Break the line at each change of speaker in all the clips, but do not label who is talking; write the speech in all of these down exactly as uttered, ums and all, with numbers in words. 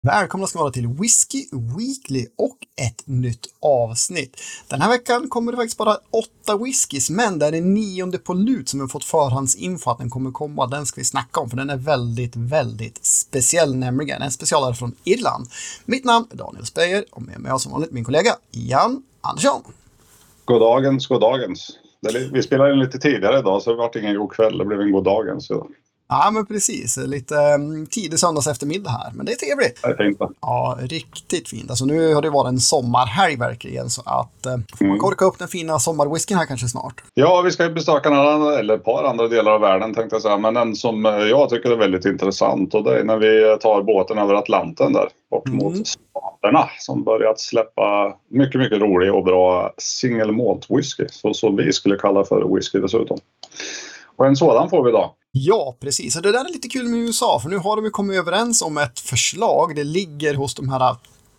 Välkomna ska vara till Whisky Weekly och ett nytt avsnitt. Den här veckan kommer det faktiskt bara åtta whiskys, men det är den nionde på lut som har fått förhandsinfo att den kommer komma. Den ska vi snacka om för den är väldigt, väldigt speciell, nämligen en specialare från Irland. Mitt namn är Daniel Speyer och med mig som vanligt min kollega Jan Andersson.
God dagens, god dagens. Vi spelade in lite tidigare idag så det var ingen god kväll, det blev en god dagens. Så.
Ja, men precis. Lite um, tidig söndags eftermiddag här. Men det är trevligt.
Det är fint, va?
Ja, riktigt fint. Alltså nu har det varit en sommarhelg verkligen. Så att uh, får man korka upp den fina sommarwhiskyn här kanske snart.
Ja, vi ska ju besöka några, eller ett par andra delar av världen tänkte jag säga. Men en som jag tycker är väldigt intressant. Och det är när vi tar båten över Atlanten där. Bort mot mm. staterna. Som börjat släppa mycket, mycket rolig och bra single malt whisky. Så som vi skulle kalla för whisky dessutom. Och en sådan får vi då.
Ja, precis. Och det där är lite kul med U S A, för nu har de ju kommit överens om ett förslag. Det ligger hos de här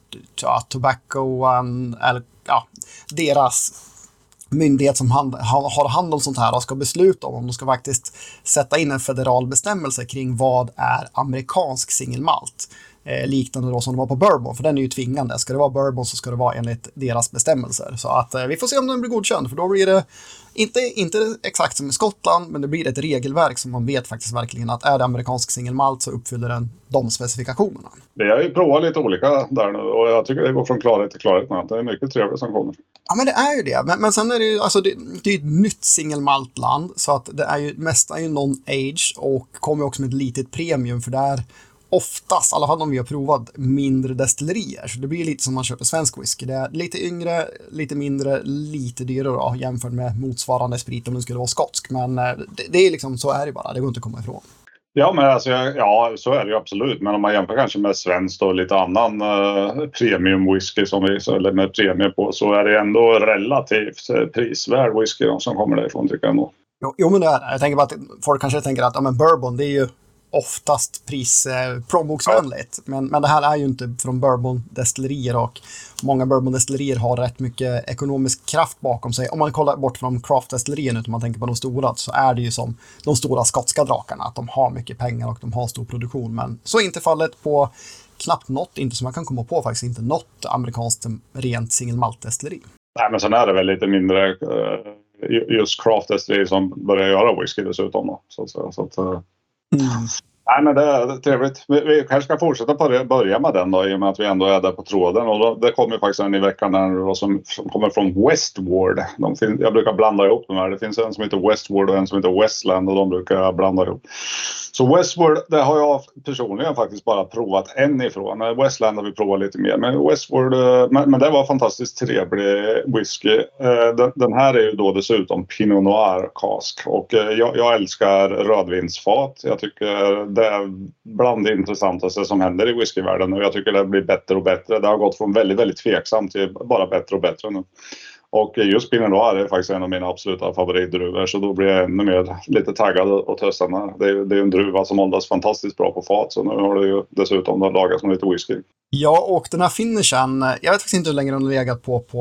ja, Tobacco, and, eller ja, deras myndighet som hand, har hand om sånt här och ska besluta om om de ska faktiskt sätta in en federal bestämmelse kring vad är amerikansk singelmalt. Eh, liknande då som det var på bourbon, för den är ju tvingande. Ska det vara bourbon så ska det vara enligt deras bestämmelser. Så att eh, vi får se om den blir godkänd, för då blir det inte, inte exakt som i Skottland, men det blir ett regelverk som man vet faktiskt verkligen att är det amerikansk singelmalt så uppfyller den de specifikationerna.
Vi har ju provat lite olika där nu och jag tycker det går från klarhet till klarhet med att det är mycket trevligt som kommer.
Ja, men det är ju det. Men, men sen är det ju, alltså det, det är ett nytt singelmaltland så att det är ju mest är ju non-age och kommer också med ett litet premium för där oftast, i alla fall om vi har provat mindre destillerier. Så det blir lite som man köper svensk whisky. Det är lite yngre, lite mindre, lite dyrare då, jämfört med motsvarande sprit om den skulle vara skotsk. Men det, det är liksom, så är det bara. Det går inte att komma ifrån.
Ja, men alltså, ja, så är det ju absolut. Men om man jämför kanske med svensk och lite annan uh, premium whisky som vi, eller med premie på, så är det ändå relativt uh, prisvärd whisky då, som kommer därifrån, tycker jag nog.
Jo, jo, men det är det. Jag tänker bara att folk kanske tänker att ja, men bourbon, det är ju oftast pris eh, plånboksvänligt. Ja. Men, men det här är ju inte från bourbon-destillerier och många bourbon-destillerier har rätt mycket ekonomisk kraft bakom sig. Om man kollar bort från craft-destillerien utan man tänker på de stora så är det ju som de stora skotska drakarna att de har mycket pengar och de har stor produktion. Men så är inte fallet på knappt något, inte som man kan komma på faktiskt, inte något amerikanskt rent singelmaltdestilleri. Nej,
men sen är det väl lite mindre uh, just craft-destillerier som börjar göra whisky dessutom då, så att säga. Så att, uh... Mm. Nej, men det är trevligt. Vi, vi kanske ska fortsätta på det, börja med den då, i och med att vi ändå är där på tråden. Och då, det kommer ju faktiskt en i veckan där, som, som kommer från Westward. De fin- jag brukar blanda ihop dem här. Det finns en som heter Westward och en som heter Westland och de brukar jag blanda ihop. Så Westward, det har jag personligen faktiskt bara provat en ifrån. Westland har vi provat lite mer. Men Westward, men, men det var fantastiskt trevlig whisky. Den, den här är ju då dessutom Pinot Noir cask. Och jag, jag älskar rödvinsfat. Jag tycker det är bland det intressantaste som händer i whiskyvärlden. Och jag tycker det blir bättre och bättre. Det har gått från väldigt, väldigt tveksamt till bara bättre och bättre nu. Och just Pinot Noir är faktiskt en av mina absoluta favoritdruvor. Så då blir jag ännu mer lite taggad och testa den här. Det är, det är en druva som åldras fantastiskt bra på fat. Så nu har det ju dessutom lagats med lite whisky.
Ja, och den här finishen, jag vet faktiskt inte hur länge den har legat på på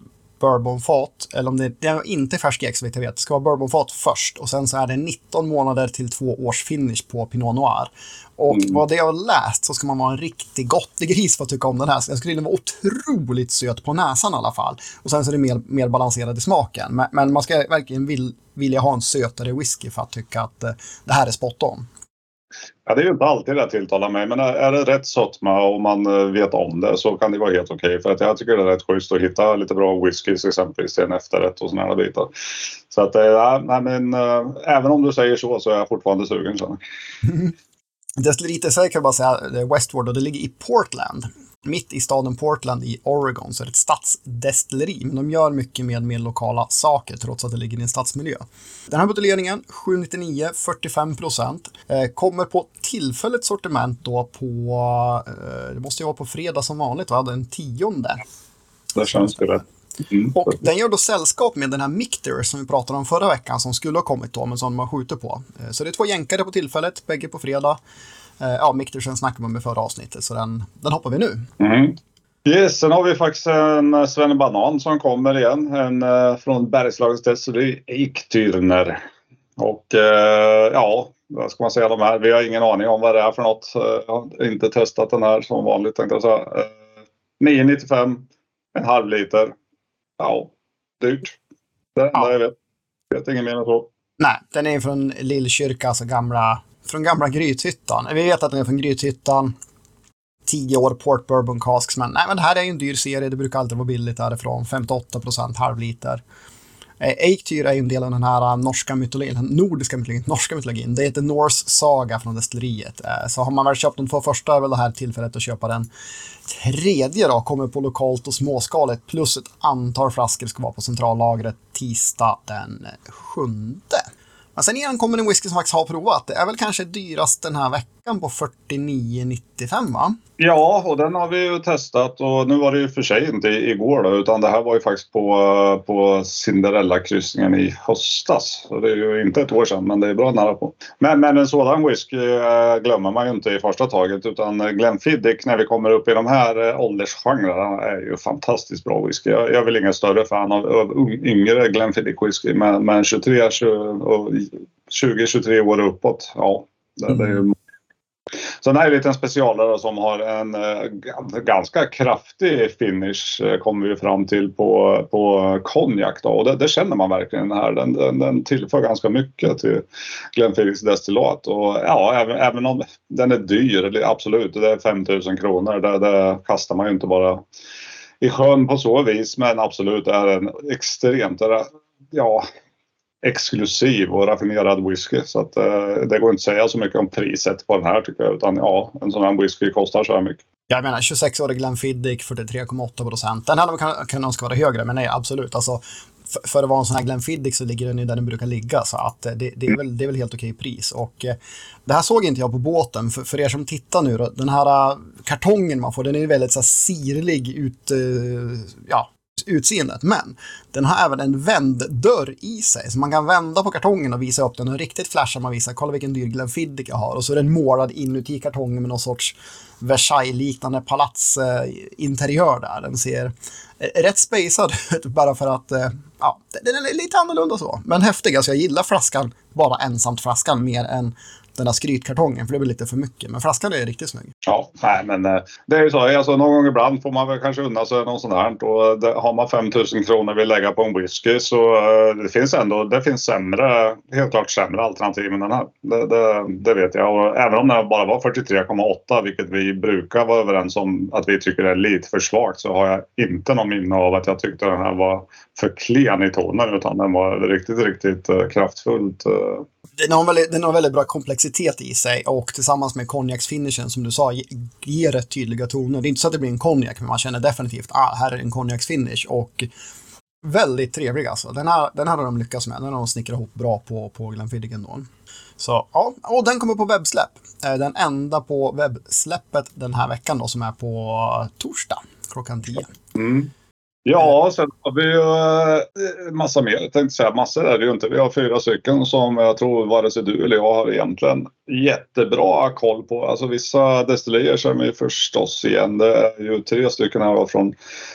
bourbonfat. Eller om det, det är inte färsk ex, vet jag vet. Det ska vara bourbonfat först. Och sen så är det nitton månader till två års finish på Pinot Noir. Och mm. vad det jag har läst så ska man vara en riktig gottegris för att tycka om den här. Så jag skulle vara otroligt söt på näsan i alla fall. Och sen så är det mer, mer balanserad i smaken. Men, men man ska verkligen vill, vilja ha en sötare whisky för att tycka att uh, det här är spot on.
Ja, det är ju inte alltid det tilltalar mig. Men är det rätt sötma och man vet om det så kan det vara helt okej. För att jag tycker det är rätt schysst att hitta lite bra whiskys exempelvis till en efterrätt och sådana här bitar. Så att, ja, nej, men äh, även om du säger så så är jag fortfarande sugen. Så.
Destilleriet i sig kan jag bara säga det är Westward och det ligger i Portland. Mitt i staden Portland i Oregon, så är det ett stadsdestilleri. Men de gör mycket med mer lokala saker trots att det ligger i en stadsmiljö. Den här buteljeringen, sju nittionio, fyrtiofem procent, eh, kommer på tillfälligt sortiment då på, eh, det måste ju vara på fredag som vanligt, va? Den tionde.
Det känns det rätt. Mm.
Och den gör då sällskap med den här Michter som vi pratade om förra veckan som skulle ha kommit då, men som man skjuter på. Så det är två jänkare på tillfället, bägge på fredag. Ja, Michter sen snackade man med förra avsnittet, så den, den hoppar vi nu.
Mm. Yes, sen har vi faktiskt en Svennebanan som kommer igen. En uh, från Bergslagens destilleri, Eiktyrner. Och uh, ja, vad ska man säga de här? Vi har ingen aning om vad det är för något. Jag har inte testat den här som vanligt tänkte jag säga. nio nittiofem, en halv liter. Ja, dyrt. Det är det enda jag vet. Jag vet inget mer än så.
Nej, den är från Lillkyrka, alltså gamla, från gamla Grythyttan. Vi vet att den är från Grythyttan. tio år Port Bourbon Casks, men nej, men det här är ju en dyr serie. Det brukar alltid vara billigt därifrån. femtioåtta procent halv liter. Eikthyr är ju en del av den här norska mytologin, den nordiska mytologin, norska mytologin. Det heter Norse Saga från destilleriet. Så har man väl köpt de två första är väl det här tillfället att köpa den tredje då, kommer på lokalt och småskaligt, plus ett antal flaskor ska vara på centrallagret tisdag den sjunde. Men sen igen kommer en whisky som faktiskt har provat. Det är väl kanske dyrast den här veckan på fyrtionio nittiofem, va?
Ja, och den har vi ju testat och nu var det ju för sig inte igår då, utan det här var ju faktiskt på, på Cinderella-kryssningen i höstas. Så det är ju inte ett år sedan, men det är bra nära på. Men, men en sådan whisky glömmer man ju inte i första taget, utan Glenfiddich när vi kommer upp i de här åldersgenrerna är ju fantastiskt bra whisky. Jag, jag är väl ingen större fan av, av yngre Glenfiddich whisky, men, men tjugotre, tjugo tjugotre år uppåt, ja, det, det är ju. Så den här är en liten specialare som har en eh, ganska kraftig finish eh, kommer vi fram till på, på konjak då. Och det, det känner man verkligen här. Den, den, den tillför ganska mycket till Glenfiddichs destillat. Och ja, även, även om den är dyr, absolut, det är fem tusen kronor. Det, det kastar man ju inte bara i sjön på så vis. Men absolut, det är en extremt, ja, exklusiv och raffinerad whisky, så att eh, det går inte att säga så mycket om priset på den här tycker jag, utan ja, en sån här whisky kostar så här mycket.
Jag menar, tjugosex-årig Glenfiddich, fyrtiotre komma åtta procent. Den hade man kunnat kan önska vara högre, men nej, absolut. Alltså, för, för att vara en sån här Glenfiddich så ligger den ju där den brukar ligga, så att det, det, är, väl, det är väl helt okej pris. Och eh, det här såg inte jag på båten, för, för er som tittar nu då, den här uh, kartongen man får, den är ju väldigt så här sirlig ut, uh, ja, utseendet, men den har även en vänddörr i sig, så man kan vända på kartongen och visa upp den och riktigt flashar man visar, kolla vilken dyr Glenfiddich jag har, och så är den målad inuti kartongen med någon sorts Versailles-liknande palatsinteriör där. Den ser rätt spacad ut bara för att ja, den är lite annorlunda så, men häftig. Alltså jag gillar flaskan, bara ensamt flaskan, mer än den där skrytkartongen, för det blir lite för mycket. Men flaskan är riktigt snygg.
Ja, nej, men det är ju så. Alltså, någon gång ibland får man väl kanske unna sig någon sån här. Och det, har man fem tusen kronor vill lägga på en whisky, så det finns ändå, det finns sämre, helt klart sämre alternativ än den här. Det, det, det vet jag. Och även om den bara var fyrtiotre komma åtta, vilket vi brukar vara överens om att vi tycker är lite för svagt, så har jag inte någon minne av att jag tyckte den här var för klen i tonen, utan den var riktigt, riktigt uh, kraftfullt. Uh.
Den har, väldigt, den har väldigt bra komplexitet i sig, och tillsammans med konjaksfinishen som du sa ger rätt tydliga toner. Det är inte så att det blir en konjak, men man känner definitivt ah, här är en konjaksfinish, och väldigt trevlig alltså. Den här, den här har de lyckats med. Den har de snickrat ihop bra på, på Glenfiddich ändå. Så ja, och den kommer på webbsläpp. Den enda på webbsläppet den här veckan då, som är på torsdag klockan tio.
Mm. Ja, sen har vi ju äh, massa mer. Jag tänkte säga, massor är det ju inte. Vi har fyra stycken som jag tror vare sig du eller jag har egentligen jättebra koll på. Alltså vissa destillerier känner vi förstås igen. Det är ju tre stycken här från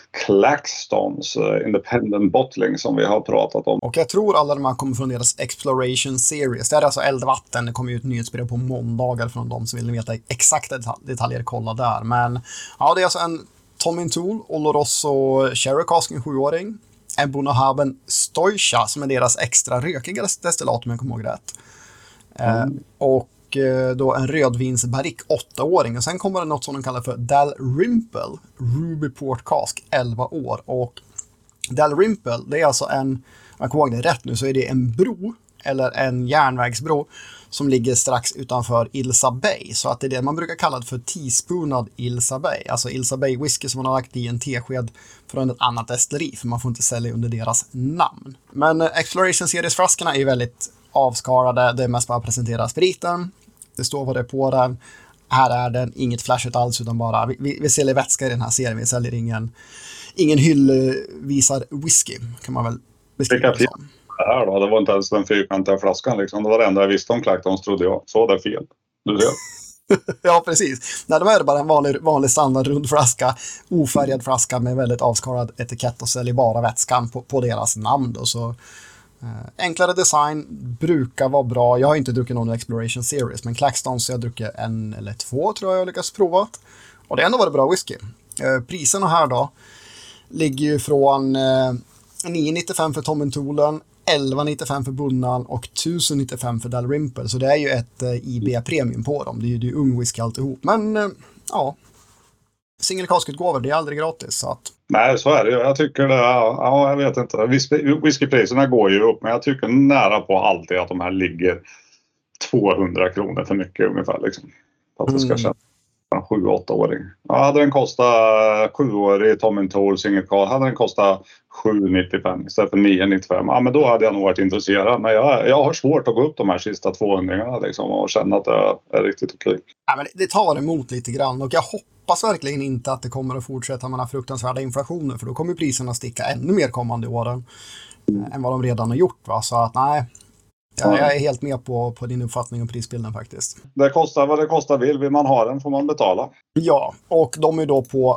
Claxtons uh, Independent Bottling som vi har pratat om.
Och jag tror alla de här kommer från deras Exploration Series. Det är alltså Eldvatten. Det kommer ju ut nyhetsbrev på måndagar från dem, så vill ni veta exakta detaljer, kolla där. Men ja, det är alltså en Tommy Tool, Oloroso Sherry Cask, en sjuåring. En Bunnahabhain Stoicha som är deras extra rökiga destillat, om jag kommer ihåg rätt. Mm. Eh, och eh, då en rödvinsbarrick, åttaåring. Och sen kommer det något som de kallar för Dalrymple Ruby Port Cask, elva år. Och Dalrymple, det är alltså en, om jag kommer ihåg det rätt nu, så är det en bro, eller en järnvägsbro, som ligger strax utanför Ilsa Bay. Så att det är det man brukar kalla för teaspoonad Ilsa Bay. Alltså Ilsa Bay whisky som man har lagt i en tesked från ett annat destilleri, för man får inte sälja under deras namn. Men Exploration Series-flaskorna är väldigt avskalade. Det är mest bara att presentera spriten. Det står vad det är på den. Här är den inget flashigt alls, utan bara vi, vi, vi säljer vätska i den här serien. Vi säljer ingen, ingen hyllvisar whisky, kan man väl beskriva det som.
Det här då, det var inte ens den fyrkantiga flaskan liksom. Det var det enda jag visste om Clactons, trodde jag. Så det är fel. Du ser.
Ja, precis. Nej, det var bara en vanlig, vanlig standard rund flaska. Ofärgad flaska med väldigt avskalad etikett, och säljer bara vätskan på, på deras namn då. Så Eh, enklare design, brukar vara bra. Jag har inte druckit någon Exploration Series, men Claxtons jag har druckit en eller två tror jag jag lyckats prova. Och det har ändå varit bra whisky. Eh, priserna här då ligger ju från eh, nio nittiofem för Tom and Toolen, elva nittiofem för Bunnan och tusen nittiofem för Dalrymple. Så det är ju ett eh, I B-premium på dem. Det är ju, det är ju ung whisky alltihop. Men eh, ja, single cask-utgåvor, det är aldrig gratis. Så att...
Nej, så är det ju. Jag tycker det, ja, jag vet inte. Whisky, whiskypriserna går ju upp, men jag tycker nära på alltid att de här ligger tvåhundra kronor för mycket ungefär. Liksom. För att det ska
Mm.
kännas en sju åtta åring. Ja, hade den kostat sju år i Tom and Tool single cask, hade den kostat sju nittiofem istället för nio nittiofem. Ja, men då hade jag nog varit intresserad. Men jag, jag har svårt att gå upp de här sista tvåhundringarna liksom, och känna att det är riktigt okej.
Ja, men det tar emot lite grann och jag hoppas verkligen inte att det kommer att fortsätta med den här fruktansvärda inflationen, för då kommer priserna sticka ännu mer kommande åren mm. än vad de redan har gjort. Va? Så att nej, jag, jag är helt med på, på din uppfattning om prisbilden faktiskt.
Det kostar vad det kostar vill. Vill man ha den får man betala.
Ja, och de är då på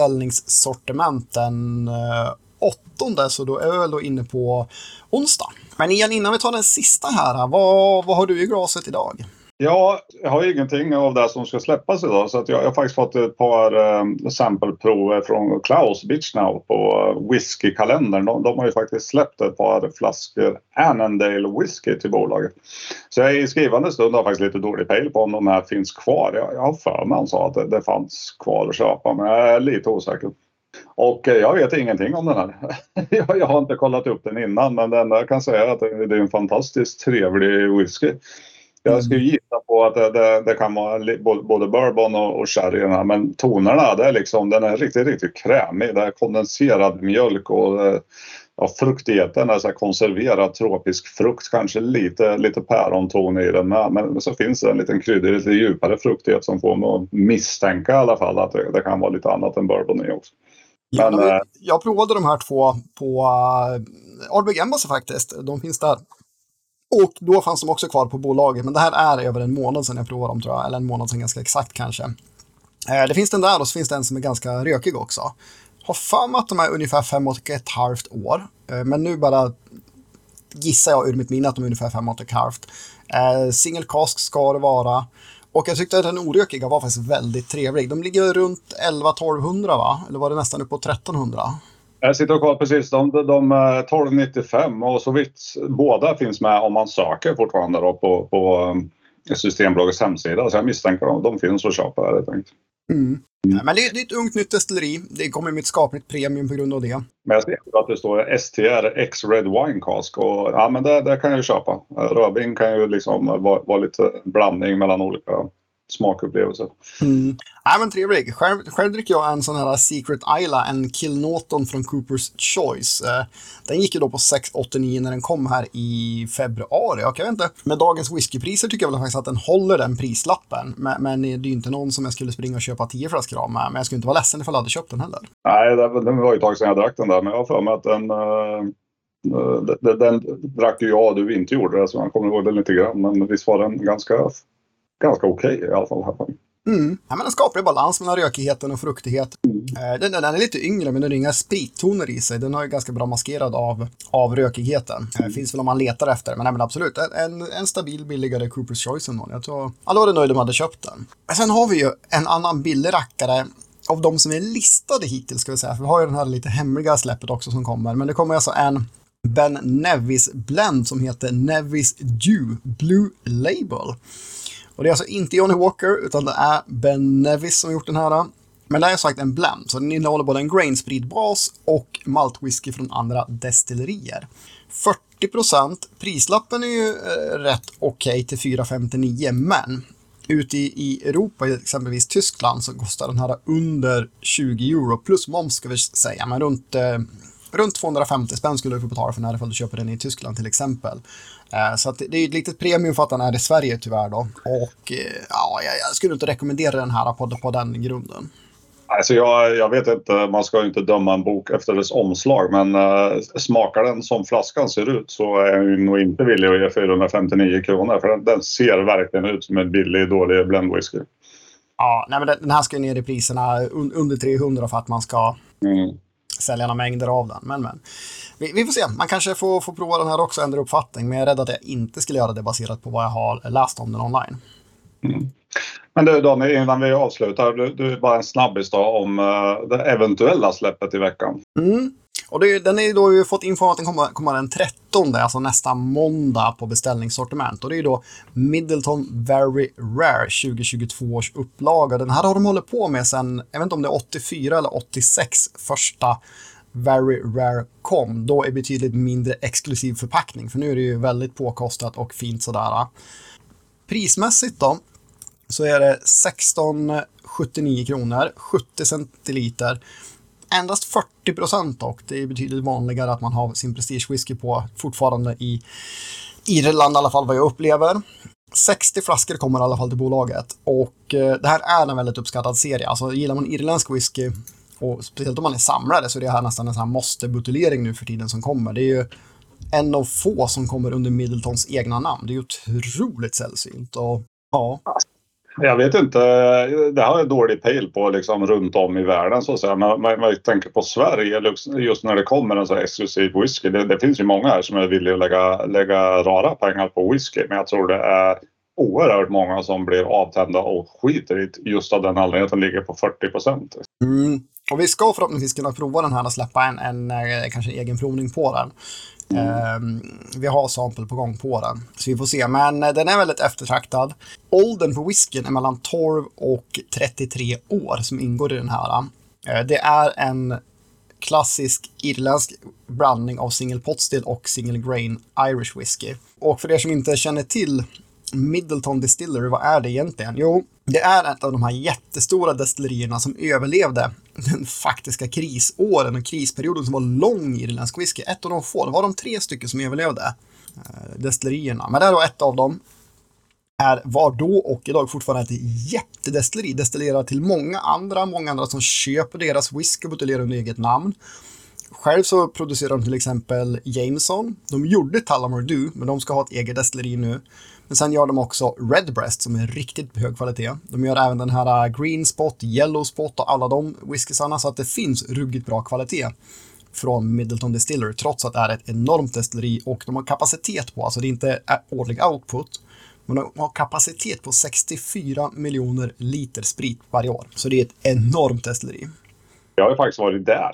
beställningssortimenten eh, åttonde, så då är vi väl då inne på onsdag. Men igen, innan vi tar den sista här, vad, vad har du i glaset idag?
Ja, jag har ingenting av det som ska släppas idag, så att jag, jag har faktiskt fått ett par eh, sampleprover från Klaus Beach Now på eh, whiskykalendern. De, de har ju faktiskt släppt ett par flaskor Annandale whisky till bolaget. Så jag är i skrivande stund har faktiskt lite dålig pejl på om de här finns kvar. Jag, jag har för mig han sa att det, det fanns kvar att köpa, men jag är lite osäker. Och eh, jag vet ingenting om den här. jag, jag har inte kollat upp den innan, men den där kan säga att det, det är en fantastiskt trevlig whisky. Jag skulle gissa på att det, det, det kan vara både bourbon och, och sherry i den här. Men tonerna, det är liksom, den är riktigt, riktigt krämig. Det är kondenserad mjölk och ja, fruktigheten är så här konserverad tropisk frukt. Kanske lite, lite päronton i den med. Men så finns det en liten kryddig, lite djupare fruktighet som får mig att misstänka i alla fall att det, det kan vara lite annat än bourbon i också. Men,
ja, jag provade de här två på uh, Ardbeg Embassy faktiskt. De finns där. Och då fanns de också kvar på bolaget. Men det här är över en månad sedan jag provade dem tror jag. Eller en månad sedan ganska exakt kanske. Eh, det finns den där och så finns det en som är ganska rökig också. Har för mig att de är ungefär fem och ett halvt år. Eh, men nu bara gissar jag ur mitt minne att de är ungefär fem och ett halvt. Eh, single cask ska det vara. Och jag tyckte att den orökiga var faktiskt väldigt trevlig. De ligger runt elva till tolvhundra va? Eller var det nästan upp på trettonhundra?
Jag sitter och kollar precis, de, de, de tolv nittiofem och så vitt båda finns med om man söker fortfarande då på, på Systembolagets hemsida. Så jag misstänker att de finns att köpa där helt enkelt.
Mm. Ja, men det är, det är ett ungt nytt destilleri. Det kommer med ett skapligt premium på grund av det.
Men jag ser att det står S T R X Red Wine Cask och ja men det, det kan jag ju köpa. Rödvin kan ju liksom vara, vara lite blandning mellan olika smakupplevelser.
Mm. Ja, men trevlig. Själv, själv dricker jag en sån här Secret Isla, en Kilnorton från Cooper's Choice. Eh, den gick ju då på sex åttionio när den kom här i februari. Jag vet inte. Med dagens whiskypriser tycker jag väl faktiskt att den håller den prislappen. Men, men det är ju inte någon som jag skulle springa och köpa tio flaskor av med. Men jag skulle inte vara ledsen ifall jag hade köpt den heller.
Nej, det, det var ju ett tag sedan jag drack den där. Men jag har för mig att den... Uh, den, den drack ju jag och du inte gjorde det. Så man kommer ihåg det lite grann. Men visst var den ganska... Ganska okej okay, i alla fall.
Mm. Ja, men den skapar ju balans mellan rökigheten och fruktighet. Mm. Den, den är lite yngre men den har inga sprittoner i sig. Den har ju ganska bra maskerad av, av rökigheten. Det mm. finns väl om man letar efter. Men, nej, men absolut, en, en stabil billigare Cooper's Choice än någon. Jag tror alla var det nöjda de hade köpt den. Men sen har vi ju en annan billig rackare av de som är listade hittills ska vi säga. För vi har ju den här lite hemliga släppet också som kommer. Men det kommer alltså en Ben Nevis blend som heter Nevis Dew Blue Label. Och det är alltså inte Johnny Walker utan det är Ben Nevis som har gjort den här. Men det är sagt en blend så den innehåller både en grainspridbas och maltwhisky från andra destillerier. fyrtio procent, prislappen är ju eh, rätt okej okay till fyra femtionio men ute i, i Europa, exempelvis Tyskland så kostar den här under tjugo euro plus moms ska vi säga men runt... Eh, Runt tvåhundrafemtio spänn skulle du få betala för den här ifall du köper den i Tyskland till exempel. Eh, så att det är ett litet premium för att den är i Sverige tyvärr då. Och eh, ja, jag, jag skulle inte rekommendera den här på, på den grunden.
Alltså jag, jag vet inte, man ska ju inte döma en bok efter dess omslag. Men eh, smakar den som flaskan ser ut så är jag nog inte villig att ge fyrahundrafemtionio kronor. För den, den ser verkligen ut som en billig, dålig blendwhisky.
Ja, nej men den här ska ner i priserna un, under trehundra för att man ska...
Mm.
säljarna mängder av den. Men, men. Vi, vi får se. Man kanske får, får prova den här också och ändra uppfattning. Men jag är rädd att jag inte skulle göra det baserat på vad jag har läst om den online.
Mm. Men du Daniel, innan vi avslutar, du, du bara en snabbis då om uh, det eventuella släppet i veckan.
Mm. Och det, den är då ju fått info att den kommer, kommer den trettonde, alltså nästa måndag på beställningssortiment. Och det är ju då Middleton Very Rare tjugo tjugotvå års upplaga. Den här har de hållit på med sen, jag vet inte om det är åttiofyra eller åttiosex första Very Rare kom. Då är betydligt mindre exklusiv förpackning, för nu är det ju väldigt påkostat och fint sådär. Prismässigt då så är det sexton sjuttionio kronor, sjuttio centiliter. Endast fyrtio procent dock. Det är betydligt vanligare att man har sin prestige whisky på fortfarande i Irland i alla fall vad jag upplever. sextio flaskor kommer i alla fall till bolaget. Och eh, det här är en väldigt uppskattad serie. Alltså gillar man irländsk whisky och speciellt om man är samlare så är det här nästan en sån här måste-buteljering nu för tiden som kommer. Det är ju en av få som kommer under Middletons egna namn. Det är ju otroligt sällsynt och ja...
Jag vet inte, det har jag dålig pejl på liksom runt om i världen så att säga. Men man, man tänker på Sverige just när det kommer en så här exklusiv whisky. Det, det finns ju många här som är villiga att lägga, lägga rara pengar på whisky. Men jag tror det är oerhört många som blir avtända och skiter i just av den anledningen att den ligger på fyrtio procent.
Mm. Och vi ska förhoppningsvis kunna prova den här och släppa en, en, en kanske en egen provning på den. Mm. Um, vi har sample på gång på den, så vi får se. Men uh, den är väldigt eftertraktad. Åldern på whiskyn är mellan tolv och trettiotre år som ingår i den här. Uh, det är en klassisk irländsk blandning av single pot still och single grain Irish whisky. Och för er som inte känner till Middleton Distillery, vad är det egentligen? Jo, det är ett av de här jättestora destillerierna som överlevde den faktiska krisåren och krisperioden som var lång i irländsk whisky. Ett av de få, det var de tre stycken som överlevde eh, destillerierna. Men det är då ett av dem är, var då och idag fortfarande ett jättedestilleri. Destillerar till många andra, många andra som köper deras whisky och buteljerar under eget namn. Själv så producerar de till exempel Jameson. De gjorde Tullamore Dew, men de ska ha ett eget destilleri nu. Men sen gör de också Redbreast som är riktigt hög kvalitet. De gör även den här Green Spot, Yellow Spot och alla de whiskysarna, så att det finns ruggigt bra kvalitet från Middleton Distillery trots att det är ett enormt destilleri och de har kapacitet på, alltså det är inte årlig output, men de har kapacitet på sextiofyra miljoner liter sprit varje år. Så det är ett enormt destilleri.
Jag har ju faktiskt varit där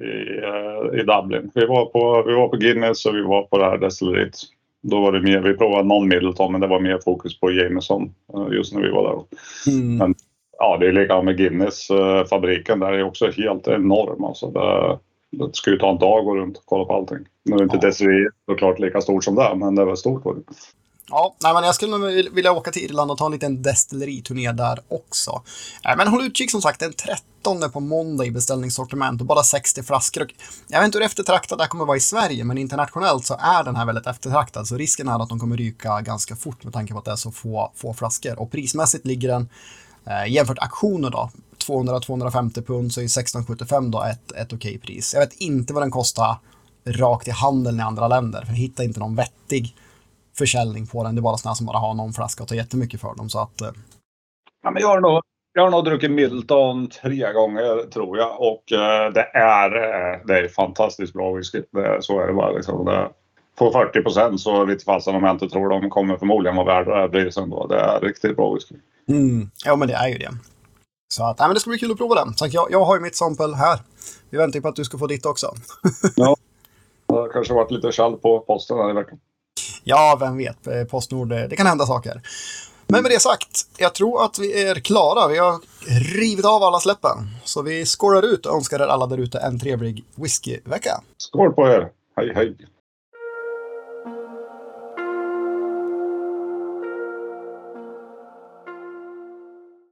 i, i Dublin. Vi var på, vi var på Guinness och vi var på det här destilleriet. Då var det mer, vi provade non-Middleton, men det var mer fokus på Jameson just när vi var där. Mm. Men ja, det är likadant med Guinness. Fabriken där är också helt enorm. Alltså det, det ska ju ta en dag att gå runt och kolla på allting. Nu är inte ja. Destilleriet såklart lika stort som det, men det var stort på det.
Ja, nej, men jag skulle vilja åka till Irland och ta en liten destilleriturné där också. Men håll utkik som sagt den trettonde på måndag i beställningssortiment och bara sextio flaskor. Och jag vet inte hur eftertraktad det kommer vara i Sverige, men internationellt så är den här väldigt eftertraktad. Så risken är att de kommer ryka ganska fort med tanke på att det är så få, få flaskor. Och prismässigt ligger den, eh, jämfört auktioner då, tvåhundra till tvåhundrafemtio pund, så är sexton sjuttiofem då ett, ett okej pris. Jag vet inte vad den kostar rakt i handeln i andra länder, för jag hittar inte någon vettig försäljning på den. Det är bara sådana som bara har någon flaska och tar jättemycket för dem. Så att, eh.
ja, men jag, har nog, jag har nog druckit Middleton tre gånger tror jag. Och eh, det, är, det är fantastiskt bra whisky. Det, så är det bara. Liksom. Det, på fyrtio procent så vet fasen om jag inte tror de kommer förmodligen vara värda det här priset ändå. Det är riktigt bra whisky.
Mm. Ja, men det är ju det. Så att, ja, men det ska bli kul att prova den. Så att jag, jag har ju mitt sample här. Vi väntar på att du ska få ditt också.
Ja, det har kanske varit lite kall på posten här i veckan.
Ja, vem vet. Postnord, det kan hända saker. Men med det sagt, jag tror att vi är klara. Vi har rivit av alla släppen. Så vi skårar ut och önskar er alla där ute en trevlig whiskyvecka.
Skål på er. Hej, hej.